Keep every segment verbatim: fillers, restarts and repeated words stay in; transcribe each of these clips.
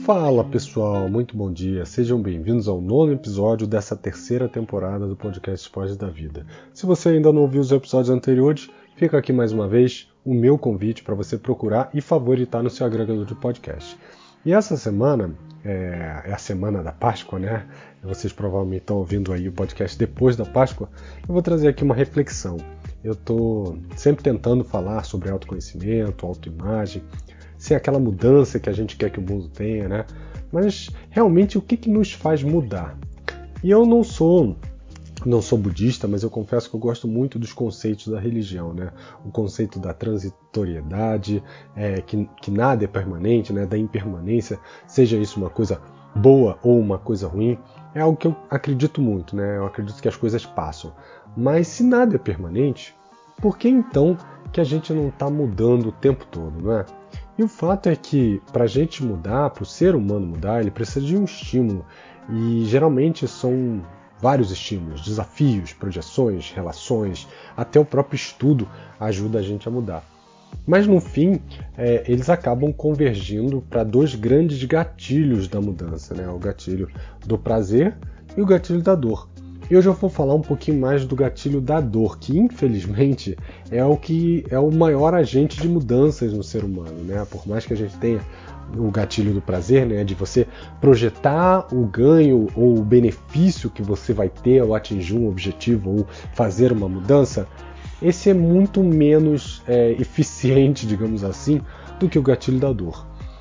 Fala pessoal, muito bom dia, sejam bem-vindos ao nono episódio dessa terceira temporada do podcast Esportes da Vida. Se você ainda não ouviu os episódios anteriores, fica aqui mais uma vez o meu convite para você procurar e favoritar no seu agregador de podcast. E essa semana é, é a semana da Páscoa, né? Vocês provavelmente estão ouvindo aí o podcast depois da Páscoa. Eu vou trazer aqui uma reflexão. Eu estou sempre tentando falar sobre autoconhecimento, autoimagem, se é aquela mudança que a gente quer que o mundo tenha, né? Mas realmente o que, que nos faz mudar? E eu não sou, não sou budista, mas eu confesso que eu gosto muito dos conceitos da religião, né? O conceito da transitoriedade, é, que, que nada é permanente, né? Da impermanência, seja isso uma coisa boa ou uma coisa ruim, é algo que eu acredito muito, né? Eu acredito que as coisas passam. Mas se nada é permanente, por que então que a gente não está mudando o tempo todo, não é? E o fato é que para a gente mudar, para o ser humano mudar, ele precisa de um estímulo. E geralmente são vários estímulos, desafios, projeções, relações, até o próprio estudo ajuda a gente a mudar. Mas no fim, é, eles acabam convergindo para dois grandes gatilhos da mudança, né? O gatilho do prazer e o gatilho da dor. E hoje eu vou falar um pouquinho mais do gatilho da dor, que infelizmente é o que é o maior agente de mudanças no ser humano, né? Por mais que a gente tenha o gatilho do prazer, né, de você projetar o ganho ou o benefício que você vai ter ao atingir um objetivo ou fazer uma mudança, esse é muito menos é, eficiente, digamos assim, do que o gatilho da dor.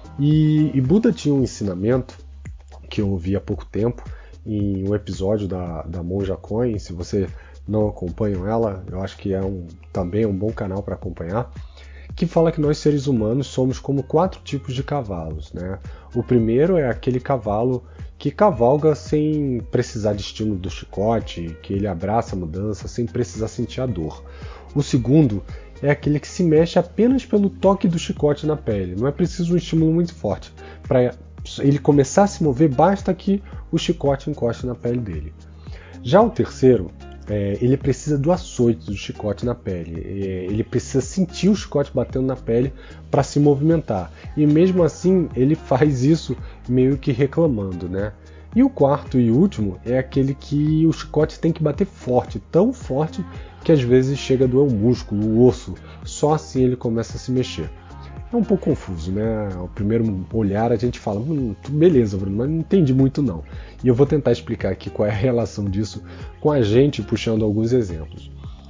E, e Buda tinha um ensinamento que eu ouvi há pouco tempo, em um episódio da, da Monja Coen. Se você não acompanha ela, eu acho que é um, também um bom canal para acompanhar, que fala que nós seres humanos somos como quatro tipos de cavalos, né? O primeiro é aquele cavalo que cavalga sem precisar de estímulo do chicote, que ele abraça a mudança sem precisar sentir a dor. O segundo é aquele que se mexe apenas pelo toque do chicote na pele, não é preciso um estímulo muito forte. Para ele começar a se mover, basta que o chicote encoste na pele dele. Já o terceiro, é, ele precisa do açoite do chicote na pele. É, ele precisa sentir o chicote batendo na pele para se movimentar. E mesmo assim, ele faz isso meio que reclamando, né? E o quarto e último é aquele que o chicote tem que bater forte, tão forte que às vezes chega a doer o músculo, o osso. Só assim ele começa a se mexer. É um pouco confuso, né? Ao primeiro olhar a gente fala, hum, beleza, Bruno, mas não entendi muito não. E eu vou tentar explicar aqui qual é a relação disso com a gente, puxando alguns exemplos.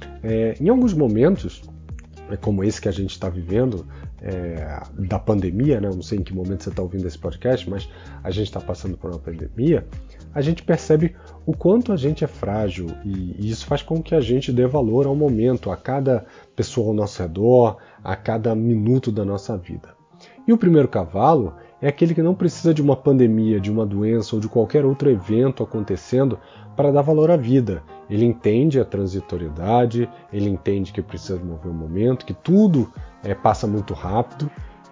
É, em alguns momentos, como esse que a gente está vivendo, é, da pandemia, né? Eu não sei em que momento você está ouvindo esse podcast, mas a gente está passando por uma pandemia, a gente percebe o quanto a gente é frágil e, e isso faz com que a gente dê valor ao momento, a cada pessoa ao nosso redor, a cada minuto da nossa vida. E o primeiro cavalo é aquele que não precisa de uma pandemia, de uma doença ou de qualquer outro evento acontecendo para dar valor à vida. Ele entende a transitoriedade, ele entende que precisa mover o momento, que tudo é, passa muito rápido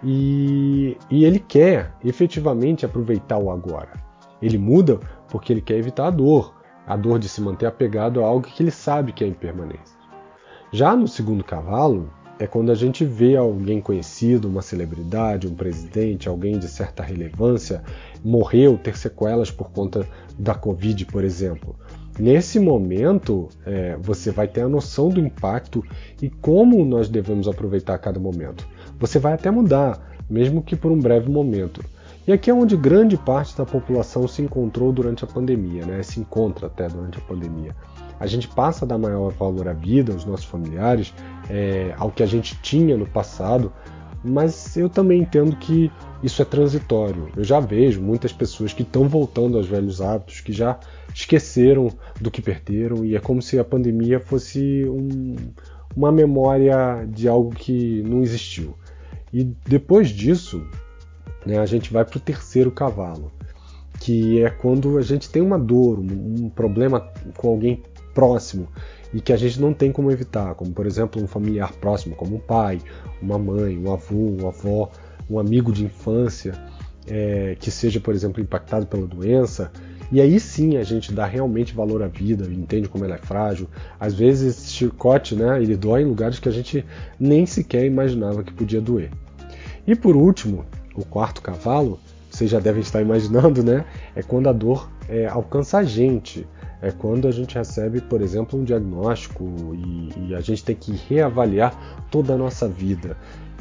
e, e ele quer efetivamente aproveitar o agora. Ele muda porque ele quer evitar a dor, a dor de se manter apegado a algo que ele sabe que é impermanência. Já no segundo cavalo, é quando a gente vê alguém conhecido, uma celebridade, um presidente, alguém de certa relevância, morrer ou ter sequelas por conta da Covid, por exemplo. Nesse momento, é, você vai ter a noção do impacto e como nós devemos aproveitar cada momento. Você vai até mudar, mesmo que por um breve momento. E aqui é onde grande parte da população se encontrou durante a pandemia, né? Se encontra até durante a pandemia. A gente passa a dar maior valor à vida, aos nossos familiares, é, ao que a gente tinha no passado, mas eu também entendo que isso é transitório. Eu já vejo muitas pessoas que estão voltando aos velhos hábitos, que já esqueceram do que perderam, e é como se a pandemia fosse um, uma memória de algo que não existiu. E depois disso, né, a gente vai para o terceiro cavalo, que é quando a gente tem uma dor, um, um problema com alguém próximo e que a gente não tem como evitar, como por exemplo um familiar próximo, como um pai, uma mãe, um avô, uma avó, um amigo de infância, é, que seja, por exemplo, impactado pela doença. E aí sim a gente dá realmente valor à vida, entende como ela é frágil. Às vezes esse chicote, né, ele dói em lugares que a gente nem sequer imaginava que podia doer. E por último, o quarto cavalo, vocês já devem estar imaginando, né? É quando a dor é, alcança a gente. É quando a gente recebe, por exemplo, um diagnóstico e, e a gente tem que reavaliar toda a nossa vida.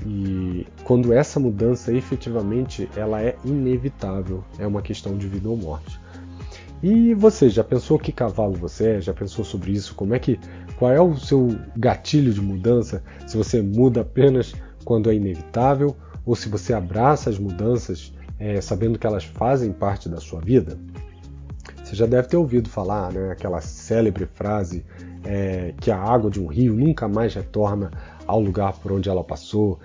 E quando essa mudança efetivamente ela é inevitável, é uma questão de vida ou morte. E você, já pensou que cavalo você é? Já pensou sobre isso? Como é que, qual é o seu gatilho de mudança? Se você muda apenas quando é inevitável ou se você abraça as mudanças é, sabendo que elas fazem parte da sua vida? Você já deve ter ouvido falar, né, aquela célebre frase é, que a água de um rio nunca mais retorna ao lugar por onde ela passou.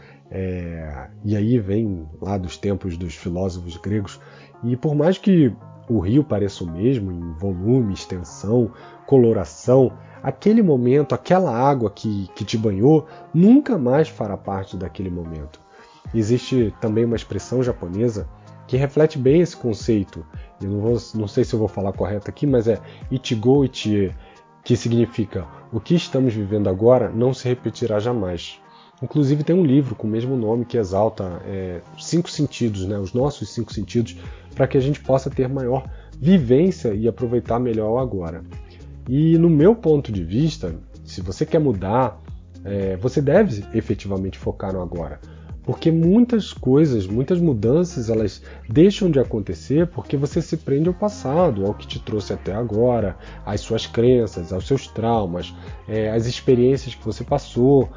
É, e aí vem lá dos tempos dos filósofos gregos. E por mais que o rio pareça o mesmo em volume, extensão, coloração, aquele momento, aquela água que, que te banhou, nunca mais fará parte daquele momento. Existe também uma expressão japonesa que reflete bem esse conceito. Eu não, vou, não sei se eu vou falar correto aqui, mas é Ichigo Ichie, que significa o que estamos vivendo agora não se repetirá jamais. Inclusive tem um livro com o mesmo nome que exalta é, cinco sentidos, né, os nossos cinco sentidos, para que a gente possa ter maior vivência e aproveitar melhor o agora. E no meu ponto de vista, se você quer mudar, é, você deve efetivamente focar no agora. Porque muitas coisas, muitas mudanças, elas deixam de acontecer porque você se prende ao passado, ao que te trouxe até agora, às suas crenças, aos seus traumas, é, às experiências que você passou.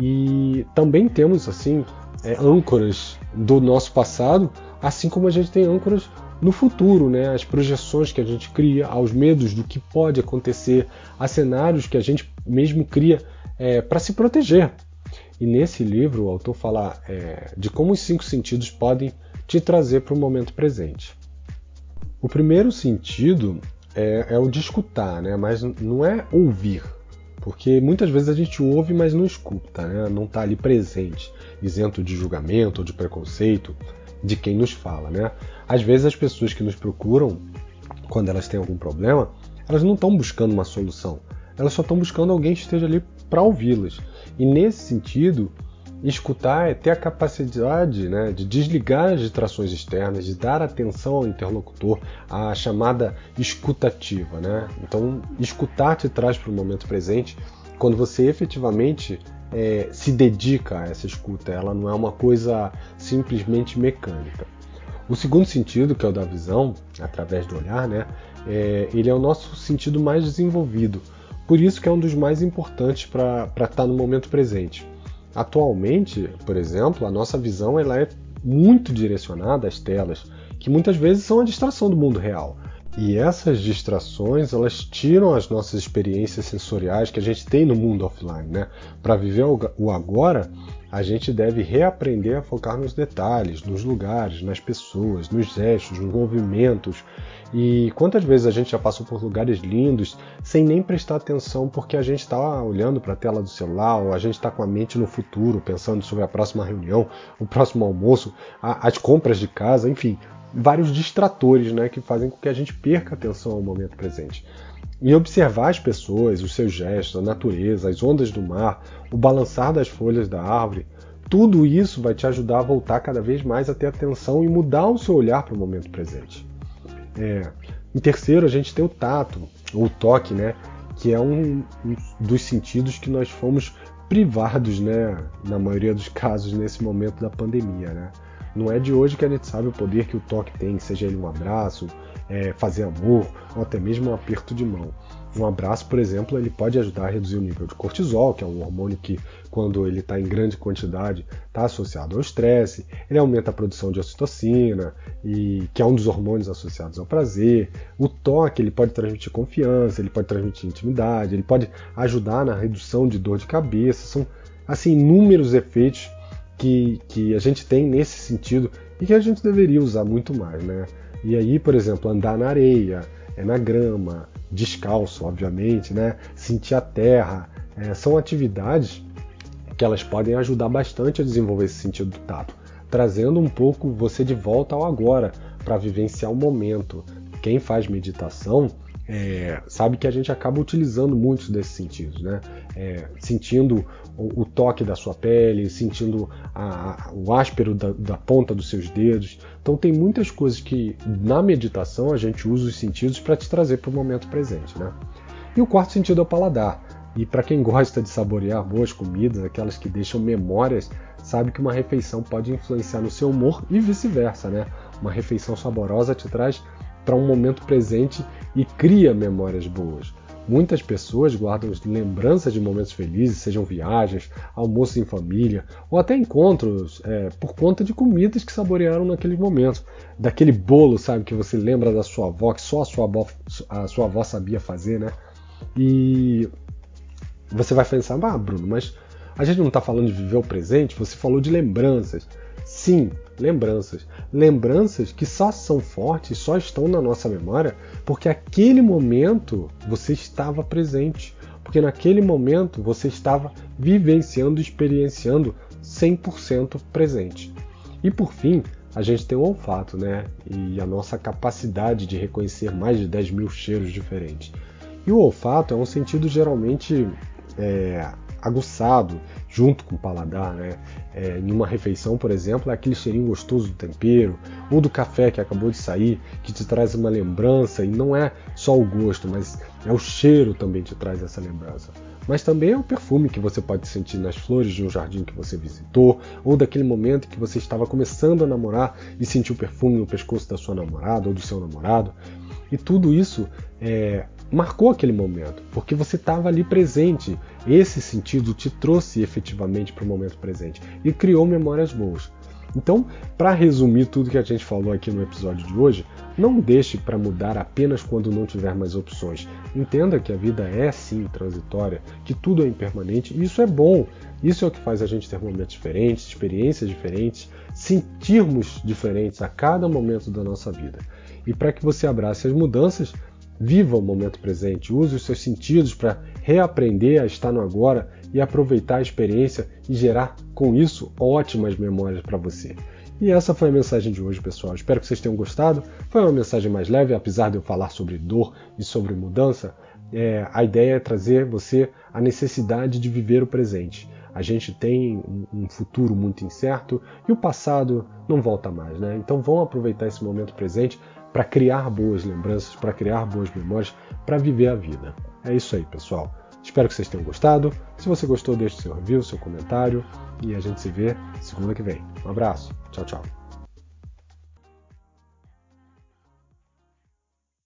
E também temos assim é, âncoras do nosso passado, assim como a gente tem âncoras no futuro, né? As projeções que a gente cria, aos medos do que pode acontecer, a cenários que a gente mesmo cria é, para se proteger. E nesse livro o autor fala é, de como os cinco sentidos podem te trazer para o momento presente. O primeiro sentido é, é o de escutar, né? Mas não é ouvir, porque muitas vezes a gente ouve, mas não escuta, né? Não está ali presente, isento de julgamento ou de preconceito de quem nos fala, né? Às vezes as pessoas que nos procuram, quando elas têm algum problema, elas não estão buscando uma solução, elas só estão buscando alguém que esteja ali para ouvi-las. E nesse sentido, escutar é ter a capacidade, né, de desligar as distrações externas, de dar atenção ao interlocutor, a chamada escutativa, né? Então, escutar te traz para o momento presente quando você efetivamente é, se dedica a essa escuta. Ela não é uma coisa simplesmente mecânica. O segundo sentido, que é o da visão, através do olhar, né, é, ele é o nosso sentido mais desenvolvido. Por isso que é um dos mais importantes para estar no momento presente. Atualmente, por exemplo, a nossa visão ela é muito direcionada às telas, que muitas vezes são a distração do mundo real. E essas distrações, elas tiram as nossas experiências sensoriais que a gente tem no mundo offline, né? Para viver o agora, a gente deve reaprender a focar nos detalhes, nos lugares, nas pessoas, nos gestos, nos movimentos. E quantas vezes a gente já passou por lugares lindos sem nem prestar atenção porque a gente está olhando para a tela do celular ou a gente está com a mente no futuro, pensando sobre a próxima reunião, o próximo almoço, a, as compras de casa, enfim, vários distratores, né, que fazem com que a gente perca a atenção ao momento presente. E observar as pessoas, os seus gestos, a natureza, as ondas do mar, o balançar das folhas da árvore, tudo isso vai te ajudar a voltar cada vez mais a ter atenção e mudar o seu olhar para o momento presente. É, em terceiro, a gente tem o tato, ou o toque, né, que é um, um dos sentidos que nós fomos privados, né, na maioria dos casos, nesse momento da pandemia, né? Não é de hoje que a gente sabe o poder que o toque tem, seja ele um abraço, é, fazer amor, ou até mesmo um aperto de mão. Um abraço, por exemplo, ele pode ajudar a reduzir o nível de cortisol, que é um hormônio que, quando ele está em grande quantidade, está associado ao estresse. Ele aumenta a produção de ocitocina, e, que é um dos hormônios associados ao prazer. O toque ele pode transmitir confiança, ele pode transmitir intimidade, ele pode ajudar na redução de dor de cabeça. São assim, inúmeros efeitos que, que a gente tem nesse sentido e que a gente deveria usar muito mais, né? E aí, por exemplo, andar na areia, é na grama, descalço, obviamente, né? Sentir a terra, é, são atividades que elas podem ajudar bastante a desenvolver esse sentido do tato, trazendo um pouco você de volta ao agora, para vivenciar o momento. Quem faz meditação é, sabe que a gente acaba utilizando muitos desses sentidos, né? É, sentindo o, o toque da sua pele, sentindo a, a, o áspero da, da ponta dos seus dedos. Então tem muitas coisas que na meditação a gente usa os sentidos para te trazer para o momento presente, né? E o quarto sentido é o paladar. E para quem gosta de saborear boas comidas, aquelas que deixam memórias, sabe que uma refeição pode influenciar no seu humor e vice-versa, né? Uma refeição saborosa te traz para um momento presente e cria memórias boas. Muitas pessoas guardam lembranças de momentos felizes, sejam viagens, almoços em família ou até encontros é, por conta de comidas que saborearam naqueles momentos. Daquele bolo, sabe, que você lembra da sua avó, que só a sua avó, a sua avó sabia fazer, né? E você vai pensar, ah, Bruno, mas a gente não está falando de viver o presente, você falou de lembranças. Sim, lembranças. Lembranças que só são fortes, só estão na nossa memória, porque aquele momento você estava presente. Porque naquele momento você estava vivenciando, experienciando cem por cento presente. E por fim, a gente tem o olfato, né? E a nossa capacidade de reconhecer mais de dez mil cheiros diferentes. E o olfato é um sentido geralmente é, aguçado, junto com o paladar, né? É, em uma refeição, por exemplo, é aquele cheirinho gostoso do tempero, ou do café que acabou de sair, que te traz uma lembrança, e não é só o gosto, mas é o cheiro também que te traz essa lembrança. Mas também é o perfume que você pode sentir nas flores de um jardim que você visitou, ou daquele momento que você estava começando a namorar e sentiu o perfume no pescoço da sua namorada ou do seu namorado. E tudo isso é, marcou aquele momento, porque você estava ali presente. Esse sentido te trouxe efetivamente para o momento presente e criou memórias boas. Então, para resumir tudo que a gente falou aqui no episódio de hoje, não deixe para mudar apenas quando não tiver mais opções. Entenda que a vida é sim transitória, que tudo é impermanente e isso é bom. Isso é o que faz a gente ter momentos diferentes, experiências diferentes, sentirmos diferentes a cada momento da nossa vida. E para que você abrace as mudanças, viva o momento presente, use os seus sentidos para reaprender a estar no agora e aproveitar a experiência e gerar com isso ótimas memórias para você. E essa foi a mensagem de hoje, pessoal. Espero que vocês tenham gostado. Foi uma mensagem mais leve, apesar de eu falar sobre dor e sobre mudança. É, a ideia é trazer você a necessidade de viver o presente. A gente tem um futuro muito incerto e o passado não volta mais, né? Então vamos aproveitar esse momento presente para criar boas lembranças, para criar boas memórias, para viver a vida. É isso aí, pessoal. Espero que vocês tenham gostado. Se você gostou, deixe seu review, seu comentário e a gente se vê segunda que vem. Um abraço. Tchau, tchau.